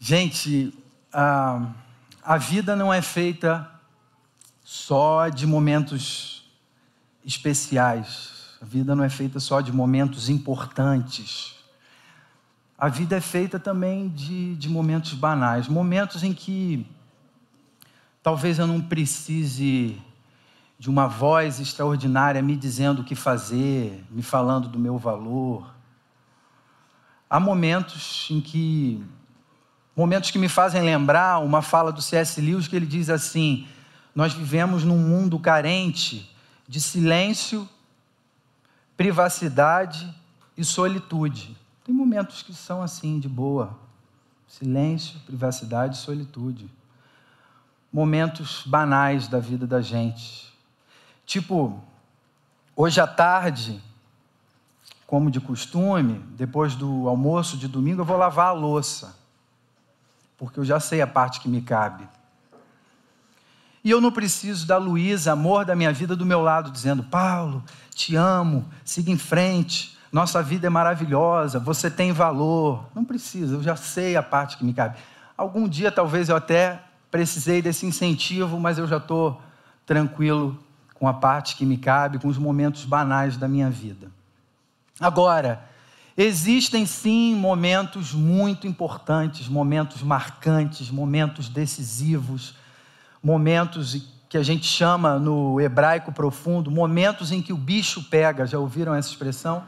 Gente, a vida não é feita só de momentos especiais. A vida não é feita só de momentos importantes. A vida é feita também de momentos banais. Momentos em que talvez eu não precise de uma voz extraordinária me dizendo o que fazer, me falando do meu valor. Há momentos que me fazem lembrar uma fala do C.S. Lewis, que ele diz assim: nós vivemos num mundo carente de silêncio, privacidade e solitude. Tem momentos que são assim, de boa. Silêncio, privacidade e solitude. Momentos banais da vida da gente. Tipo, hoje à tarde, como de costume, depois do almoço de domingo, eu vou lavar a louça. Porque eu já sei a parte que me cabe. E eu não preciso da Luísa, amor da minha vida, do meu lado, dizendo: Paulo, te amo, siga em frente, nossa vida é maravilhosa, você tem valor. Não precisa, eu já sei a parte que me cabe. Algum dia talvez eu até precisei desse incentivo, mas eu já estou tranquilo com a parte que me cabe, com os momentos banais da minha vida. Agora, existem sim momentos muito importantes, momentos marcantes, momentos decisivos, momentos que a gente chama no hebraico profundo, momentos em que o bicho pega. Já ouviram essa expressão?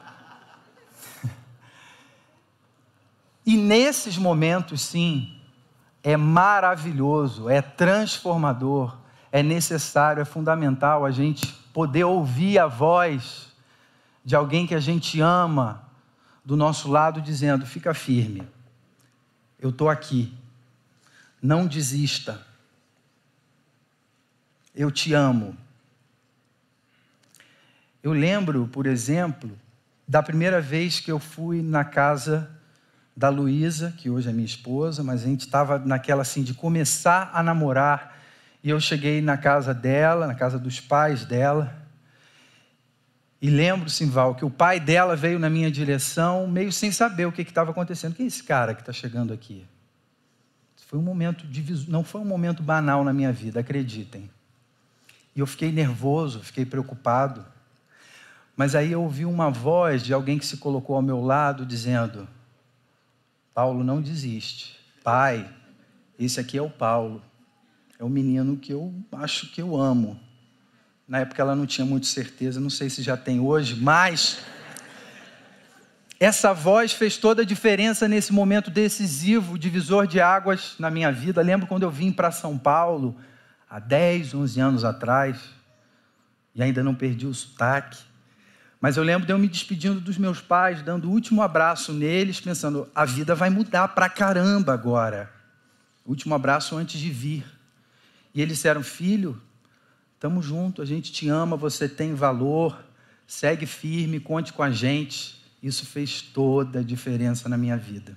E nesses momentos, sim, é maravilhoso, é transformador, é necessário, é fundamental a gente poder ouvir a voz de alguém que a gente ama do nosso lado, dizendo: fica firme, eu estou aqui, não desista, eu te amo. Eu lembro, por exemplo, da primeira vez que eu fui na casa da Luísa, que hoje é minha esposa, mas a gente estava naquela assim de começar a namorar, e eu cheguei na casa dela, na casa dos pais dela, e lembro, Simval, que o pai dela veio na minha direção, meio sem saber o que estava acontecendo. Quem é esse cara que está chegando aqui? Foi um momento não foi um momento banal na minha vida, acreditem. E eu fiquei nervoso, fiquei preocupado. Mas aí eu ouvi uma voz de alguém que se colocou ao meu lado, dizendo: Paulo, não desiste. Pai, esse aqui é o Paulo. É o menino que eu acho que eu amo. Na época ela não tinha muita certeza, não sei se já tem hoje, mas essa voz fez toda a diferença nesse momento decisivo, divisor de águas na minha vida. Lembro quando eu vim para São Paulo, há 10, 11 anos atrás, e ainda não perdi o sotaque, mas eu lembro de eu me despedindo dos meus pais, dando o último abraço neles, pensando: a vida vai mudar pra caramba agora. O último abraço antes de vir. E eles disseram: filho, estamos juntos, a gente te ama, você tem valor, segue firme, conte com a gente. Isso fez toda a diferença na minha vida.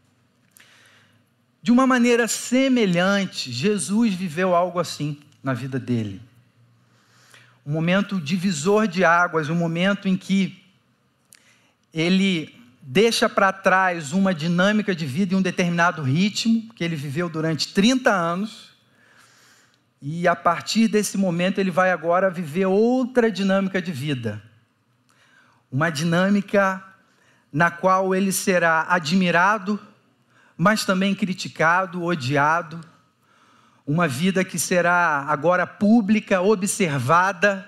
De uma maneira semelhante, Jesus viveu algo assim na vida dele. Um momento divisor de águas, um momento em que ele deixa para trás uma dinâmica de vida e um determinado ritmo que ele viveu durante 30 anos. E a partir desse momento ele vai agora viver outra dinâmica de vida. Uma dinâmica na qual ele será admirado, mas também criticado, odiado. Uma vida que será agora pública, observada.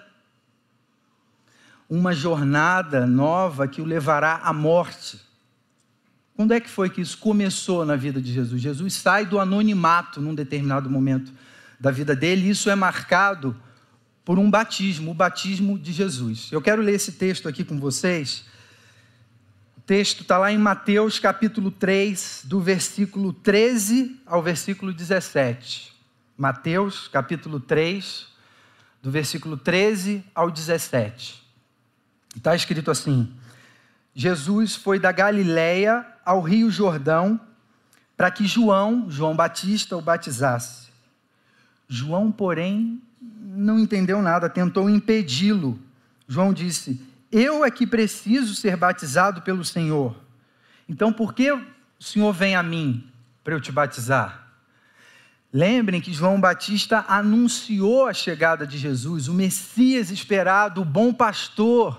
Uma jornada nova que o levará à morte. Quando é que foi que isso começou na vida de Jesus? Jesus sai do anonimato num determinado momento da vida dele, e isso é marcado por um batismo, o batismo de Jesus. Eu quero ler esse texto aqui com vocês. O texto está lá em Mateus capítulo 3, do versículo 13 ao versículo 17. Mateus capítulo 3, do versículo 13 ao 17. Está escrito assim: Jesus foi da Galileia ao Rio Jordão para que João Batista o batizasse. João, porém, não entendeu nada, tentou impedi-lo. João disse: eu é que preciso ser batizado pelo Senhor. Então, por que o Senhor vem a mim? para eu te batizar? Lembrem que João Batista anunciou a chegada de Jesus, o Messias esperado, o bom pastor.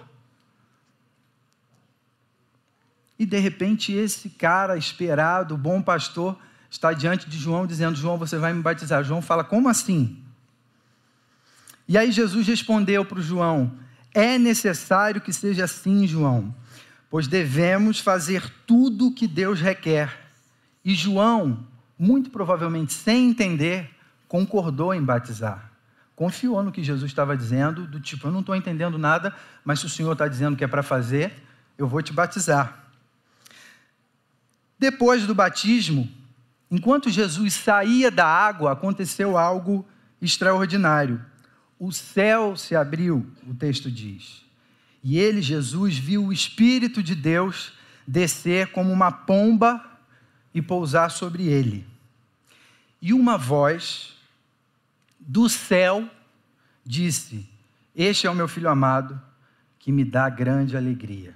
E de repente esse cara esperado, o bom pastor, está diante de João dizendo: João, você vai me batizar. João fala: como assim? E aí Jesus respondeu para o João: é necessário que seja assim, João, pois devemos fazer tudo o que Deus requer. E João, muito provavelmente sem entender, concordou em batizar. Confiou no que Jesus estava dizendo, do tipo: eu não estou entendendo nada, mas se o Senhor está dizendo que é para fazer, eu vou te batizar. Depois do batismo, enquanto Jesus saía da água, aconteceu algo extraordinário. O céu se abriu, o texto diz. E ele, Jesus, viu o Espírito de Deus descer como uma pomba e pousar sobre ele. E uma voz do céu disse: este é o meu filho amado, que me dá grande alegria.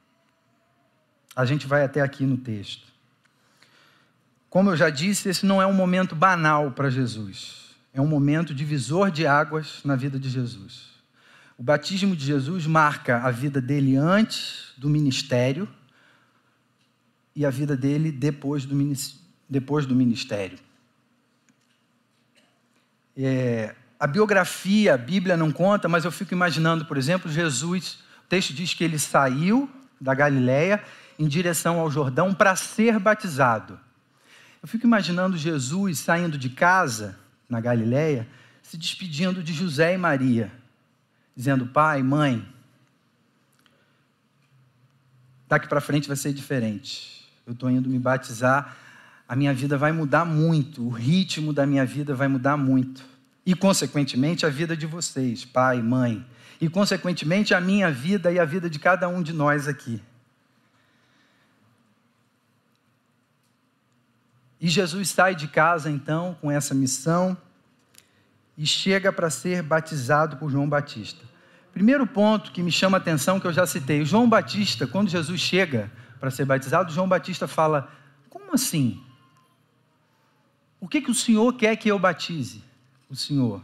A gente vai até aqui no texto. Como eu já disse, esse não é um momento banal para Jesus. É um momento divisor de águas na vida de Jesus. O batismo de Jesus marca a vida dele antes do ministério e a vida dele depois do ministério. A biografia, a Bíblia não conta, mas eu fico imaginando, por exemplo, Jesus, o texto diz que ele saiu da Galileia em direção ao Jordão para ser batizado. Eu fico imaginando Jesus saindo de casa, na Galileia, se despedindo de José e Maria, dizendo: pai, mãe, daqui para frente vai ser diferente. Eu estou indo me batizar, a minha vida vai mudar muito, o ritmo da minha vida vai mudar muito. E, consequentemente, a vida de vocês, pai, mãe. E, consequentemente, a minha vida e a vida de cada um de nós aqui. E Jesus sai de casa, então, com essa missão e chega para ser batizado por João Batista. Primeiro ponto que me chama a atenção, que eu já citei: o João Batista, quando Jesus chega para ser batizado, João Batista fala: como assim? O que o Senhor quer que eu batize? O Senhor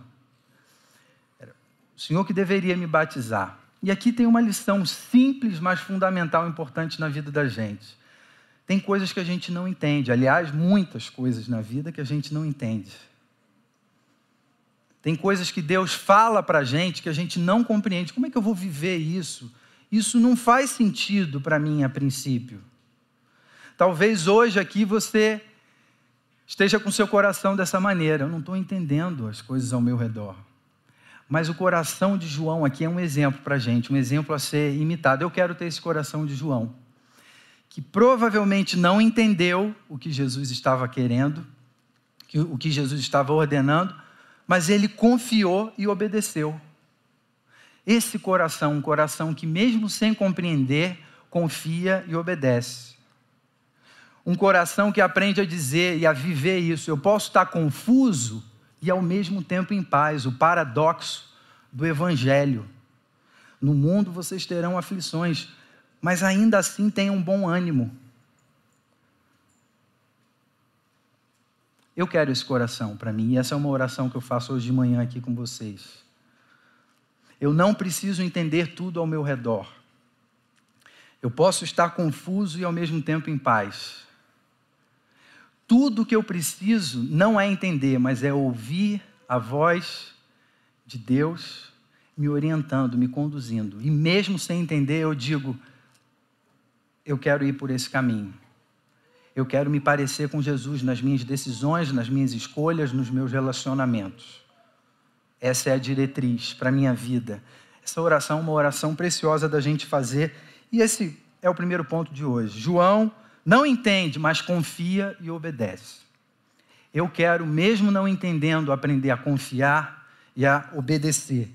que deveria me batizar. E aqui tem uma lição simples, mas fundamental, importante na vida da gente. Tem coisas que a gente não entende. Aliás, muitas coisas na vida que a gente não entende. Tem coisas que Deus fala para a gente que a gente não compreende. Como é que eu vou viver isso? Isso não faz sentido para mim a princípio. Talvez hoje aqui você esteja com seu coração dessa maneira: eu não estou entendendo as coisas ao meu redor. Mas o coração de João aqui é um exemplo para a gente, um exemplo a ser imitado. Eu quero ter esse coração de João, que provavelmente não entendeu o que Jesus estava querendo, o que Jesus estava ordenando, mas ele confiou e obedeceu. Esse coração, um coração que mesmo sem compreender, confia e obedece. Um coração que aprende a dizer e a viver isso: eu posso estar confuso e ao mesmo tempo em paz. O paradoxo do Evangelho. No mundo vocês terão aflições, mas ainda assim tenham bom ânimo. Eu quero esse coração para mim, e essa é uma oração que eu faço hoje de manhã aqui com vocês. Eu não preciso entender tudo ao meu redor. Eu posso estar confuso e ao mesmo tempo em paz. Tudo o que eu preciso não é entender, mas é ouvir a voz de Deus me orientando, me conduzindo. E mesmo sem entender, eu digo: eu quero ir por esse caminho. Eu quero me parecer com Jesus nas minhas decisões, nas minhas escolhas, nos meus relacionamentos. Essa é a diretriz para a minha vida. Essa oração é uma oração preciosa da gente fazer. E esse é o primeiro ponto de hoje. João não entende, mas confia e obedece. Eu quero, mesmo não entendendo, aprender a confiar e a obedecer.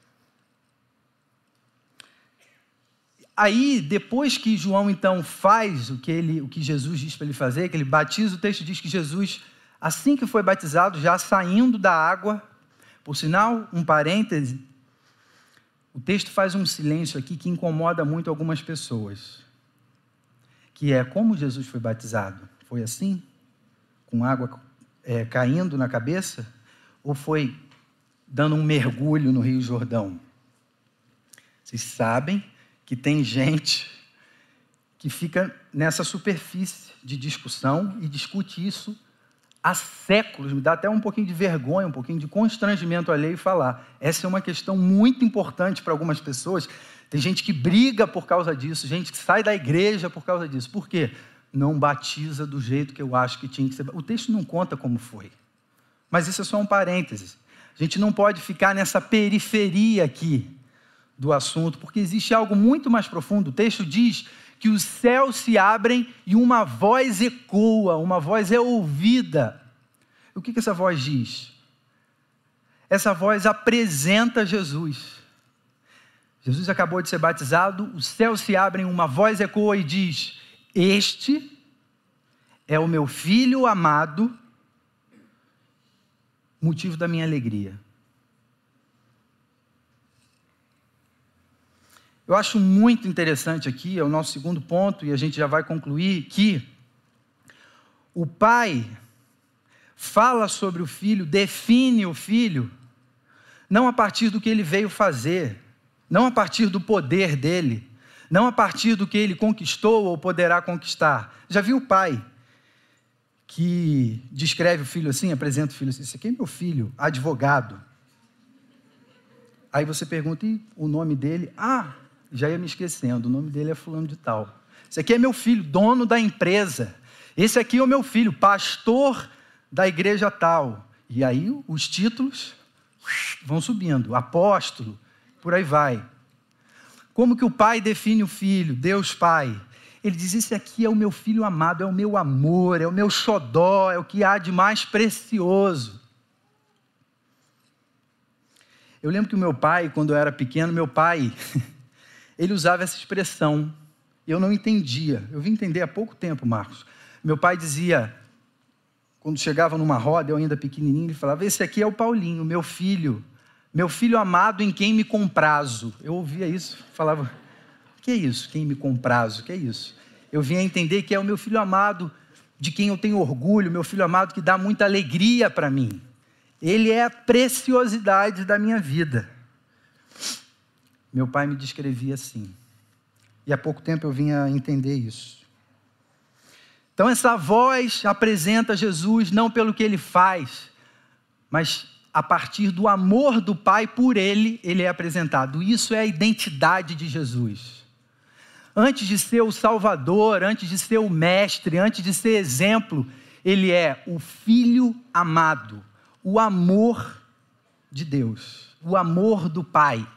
Aí, depois que João, então, faz o que Jesus diz para ele fazer, que ele batiza, o texto diz que Jesus, assim que foi batizado, já saindo da água, por sinal, um parêntese, o texto faz um silêncio aqui que incomoda muito algumas pessoas, que é: como Jesus foi batizado? Foi assim? com água caindo na cabeça, ou foi dando um mergulho no Rio Jordão? Vocês sabem que tem gente que fica nessa superfície de discussão e discute isso há séculos. Me dá até um pouquinho de vergonha, um pouquinho de constrangimento alheio falar. Essa é uma questão muito importante para algumas pessoas. Tem gente que briga por causa disso, gente que sai da igreja por causa disso. Por quê? Não batiza do jeito que eu acho que tinha que ser. O texto não conta como foi. Mas isso é só um parênteses. A gente não pode ficar nessa periferia aqui do assunto, porque existe algo muito mais profundo. O texto diz que os céus se abrem e uma voz ecoa, uma voz é ouvida. O que essa voz diz? Essa voz apresenta Jesus. Jesus acabou de ser batizado, os céus se abrem, uma voz ecoa e diz: este é o meu filho amado, motivo da minha alegria. Eu acho muito interessante aqui, é o nosso segundo ponto, e a gente já vai concluir, que o pai fala sobre o filho, define o filho, não a partir do que ele veio fazer, não a partir do poder dele, não a partir do que ele conquistou ou poderá conquistar. Já viu o pai que descreve o filho assim, apresenta o filho assim: esse aqui é meu filho, advogado. Aí você pergunta: e o nome dele? Já ia me esquecendo, o nome dele é fulano de tal. Esse aqui é meu filho, dono da empresa. Esse aqui é o meu filho, pastor da igreja tal. E aí os títulos vão subindo, apóstolo, por aí vai. Como que o pai define o filho? Deus Pai. Ele diz: esse aqui é o meu filho amado, é o meu amor, é o meu xodó, é o que há de mais precioso. Eu lembro que o meu pai, quando eu era pequeno, ele usava essa expressão. Eu não entendia. Eu vim entender há pouco tempo, Marcos. Meu pai dizia, quando chegava numa roda, eu ainda pequenininho, ele falava: esse aqui é o Paulinho, meu filho amado em quem me comprazo. Eu ouvia isso, falava: o que é isso? Quem me comprazo? O que é isso? Eu vinha entender que é o meu filho amado, de quem eu tenho orgulho, meu filho amado que dá muita alegria para mim. Ele é a preciosidade da minha vida. Meu pai me descrevia assim. E há pouco tempo eu vinha entender isso. Então essa voz apresenta Jesus não pelo que ele faz, mas a partir do amor do Pai por ele, ele é apresentado. Isso é a identidade de Jesus. Antes de ser o Salvador, antes de ser o Mestre, antes de ser exemplo, ele é o Filho amado, o amor de Deus, o amor do Pai.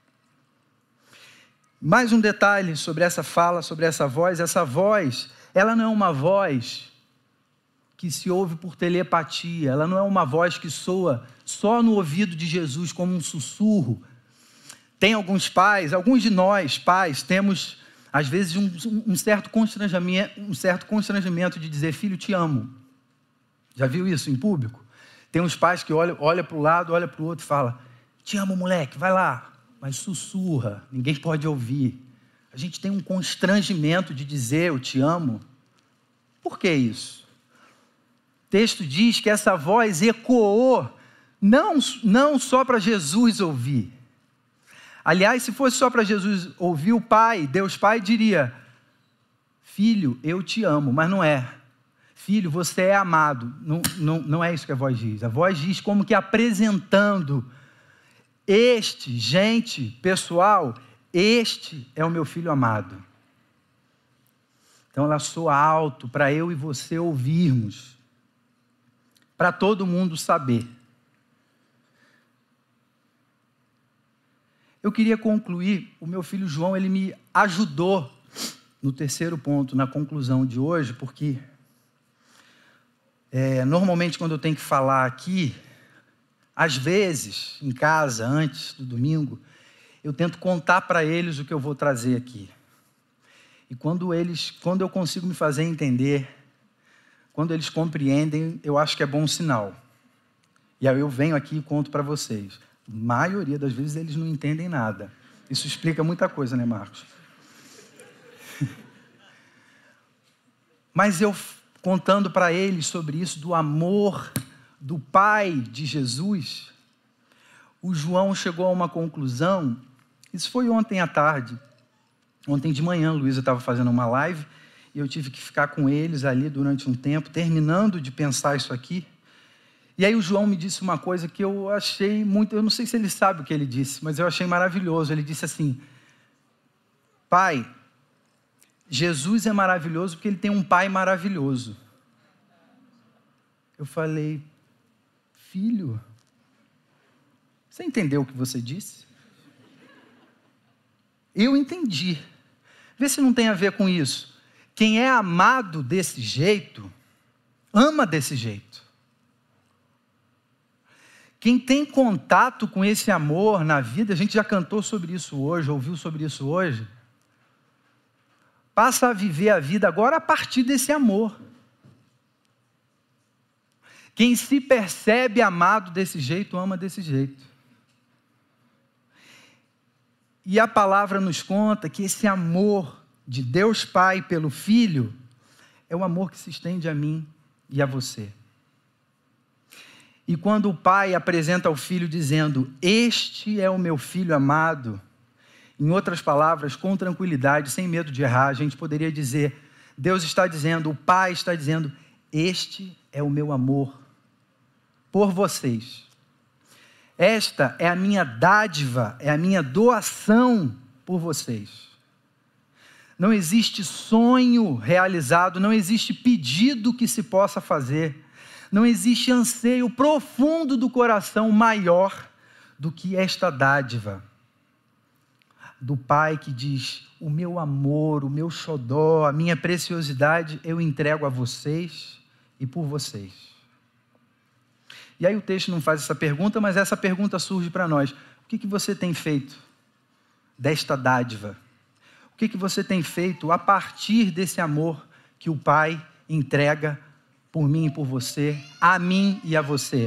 Mais um detalhe sobre essa fala, sobre essa voz. Essa voz, ela não é uma voz que se ouve por telepatia. Ela não é uma voz que soa só no ouvido de Jesus como um sussurro. Tem alguns pais, alguns de nós, pais, temos às vezes um certo constrangimento de dizer: filho, te amo. Já viu isso em público? Tem uns pais que olham para o lado, olham para o outro e falam: te amo, moleque, vai lá. Mas sussurra, ninguém pode ouvir. A gente tem um constrangimento de dizer: eu te amo. Por que isso? O texto diz que essa voz ecoou, não só para Jesus ouvir. Aliás, se fosse só para Jesus ouvir, o Pai, Deus Pai, diria: filho, eu te amo. Mas não é. Filho, você é amado. Não é isso que a voz diz. A voz diz como que apresentando: pessoal, este é o meu filho amado. Então ela soa alto para eu e você ouvirmos, para todo mundo saber. Eu queria concluir, o meu filho João, ele me ajudou no terceiro ponto, na conclusão de hoje, porque normalmente quando eu tenho que falar aqui, às vezes, em casa, antes do domingo, eu tento contar para eles o que eu vou trazer aqui. E quando eu consigo me fazer entender, quando eles compreendem, eu acho que é bom sinal. E aí eu venho aqui e conto para vocês. A maioria das vezes eles não entendem nada. Isso explica muita coisa, né, Marcos? Mas eu contando para eles sobre isso, do amor do Pai de Jesus, o João chegou a uma conclusão. Isso foi ontem à tarde. Ontem de manhã, Luísa estava fazendo uma live e eu tive que ficar com eles ali durante um tempo, terminando de pensar isso aqui. E aí o João me disse uma coisa que eu achei muito, eu não sei se ele sabe o que ele disse, mas eu achei maravilhoso. Ele disse assim: Pai, Jesus é maravilhoso porque ele tem um pai maravilhoso. Eu falei: filho, você entendeu o que você disse? Eu entendi. Vê se não tem a ver com isso. Quem é amado desse jeito, ama desse jeito. Quem tem contato com esse amor na vida, a gente já cantou sobre isso hoje, ouviu sobre isso hoje, passa a viver a vida agora a partir desse amor. Quem se percebe amado desse jeito, ama desse jeito. E a palavra nos conta que esse amor de Deus Pai pelo Filho é o amor que se estende a mim e a você. E quando o Pai apresenta ao Filho dizendo: este é o meu Filho amado, em outras palavras, com tranquilidade, sem medo de errar, a gente poderia dizer, Deus está dizendo, o Pai está dizendo: este é o meu amor por vocês. Esta é a minha dádiva, é a minha doação por vocês. Não existe sonho realizado, não existe pedido que se possa fazer, não existe anseio profundo do coração maior do que esta dádiva do Pai que diz: o meu amor, o meu xodó, a minha preciosidade eu entrego a vocês e por vocês. E aí o texto não faz essa pergunta, mas essa pergunta surge para nós: o que você tem feito desta dádiva? O que você tem feito a partir desse amor que o Pai entrega por mim e por você, a mim e a você?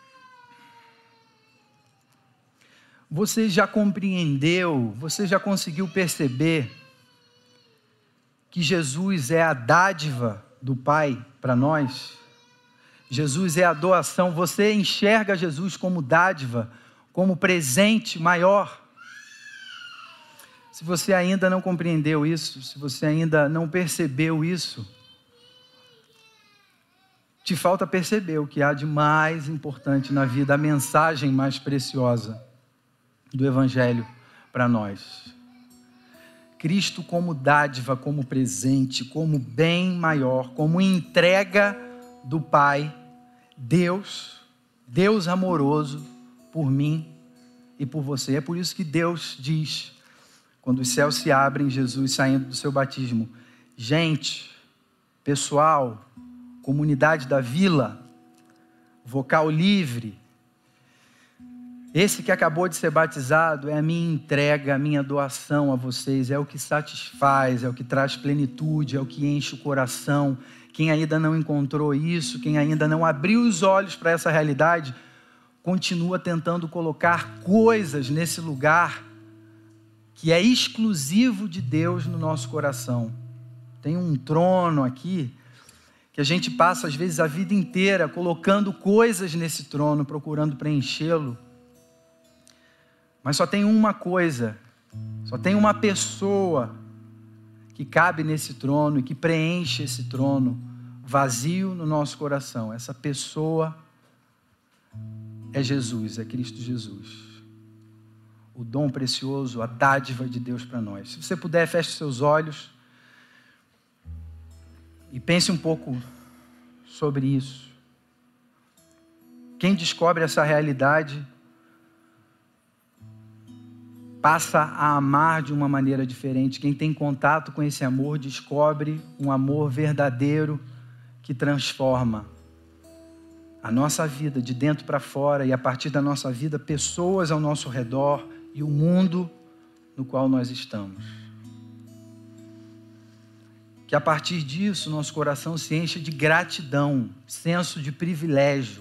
Você já compreendeu, você já conseguiu perceber que Jesus é a dádiva do Pai para nós? Jesus é a doação. Você enxerga Jesus como dádiva, como presente maior? Se você ainda não compreendeu isso, se você ainda não percebeu isso, te falta perceber o que há de mais importante na vida, a mensagem mais preciosa do Evangelho para nós. Cristo como dádiva, como presente, como bem maior, como entrega do Pai, Deus amoroso por mim e por você. É por isso que Deus diz, quando os céus se abrem, Jesus saindo do seu batismo: gente, pessoal, comunidade da vila, vocal livre, esse que acabou de ser batizado é a minha entrega, a minha doação a vocês, é o que satisfaz, é o que traz plenitude, é o que enche o coração. Quem ainda não encontrou isso, quem ainda não abriu os olhos para essa realidade, continua tentando colocar coisas nesse lugar que é exclusivo de Deus no nosso coração. Tem um trono aqui que a gente passa às vezes a vida inteira colocando coisas nesse trono, procurando preenchê-lo. Mas só tem uma coisa, só tem uma pessoa que cabe nesse trono e que preenche esse trono vazio no nosso coração. Essa pessoa é Jesus, é Cristo Jesus. O dom precioso, a dádiva de Deus para nós. Se você puder, feche seus olhos e pense um pouco sobre isso. Quem descobre essa realidade passa a amar de uma maneira diferente. Quem tem contato com esse amor descobre um amor verdadeiro que transforma a nossa vida de dentro para fora e a partir da nossa vida, pessoas ao nosso redor e o mundo no qual nós estamos. Que a partir disso, nosso coração se encha de gratidão, senso de privilégio.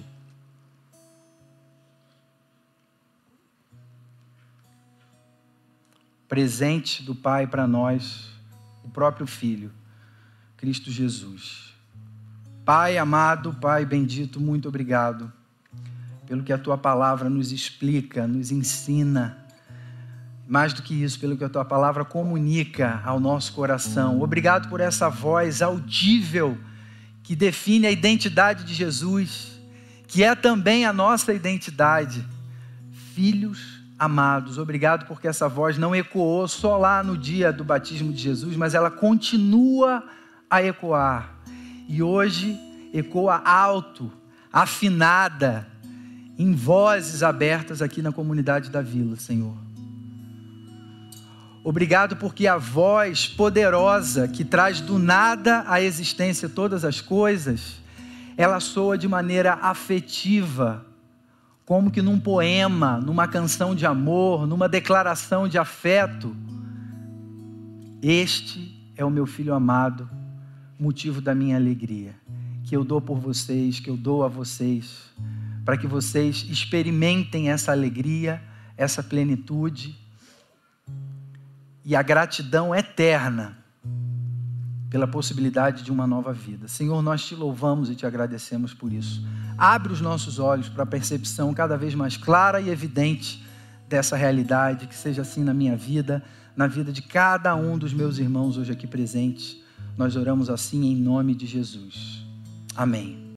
Presente do Pai para nós, o próprio Filho, Cristo Jesus. Pai amado, Pai bendito, muito obrigado pelo que a Tua palavra nos explica, nos ensina. Mais do que isso, pelo que a Tua palavra comunica ao nosso coração. Obrigado por essa voz audível que define a identidade de Jesus, que é também a nossa identidade. Filhos amados, obrigado porque essa voz não ecoou só lá no dia do batismo de Jesus, mas ela continua a ecoar. E hoje ecoa alto, afinada, em vozes abertas aqui na comunidade da Vila, Senhor. Obrigado porque a voz poderosa que traz do nada à existência todas as coisas, ela soa de maneira afetiva, como que num poema, numa canção de amor, numa declaração de afeto. Este é o meu filho amado, motivo da minha alegria, que eu dou por vocês, que eu dou a vocês, para que vocês experimentem essa alegria, essa plenitude e a gratidão eterna pela possibilidade de uma nova vida. Senhor, nós te louvamos e te agradecemos por isso. Abre os nossos olhos para a percepção cada vez mais clara e evidente dessa realidade, que seja assim na minha vida, na vida de cada um dos meus irmãos hoje aqui presentes. Nós oramos assim em nome de Jesus. Amém.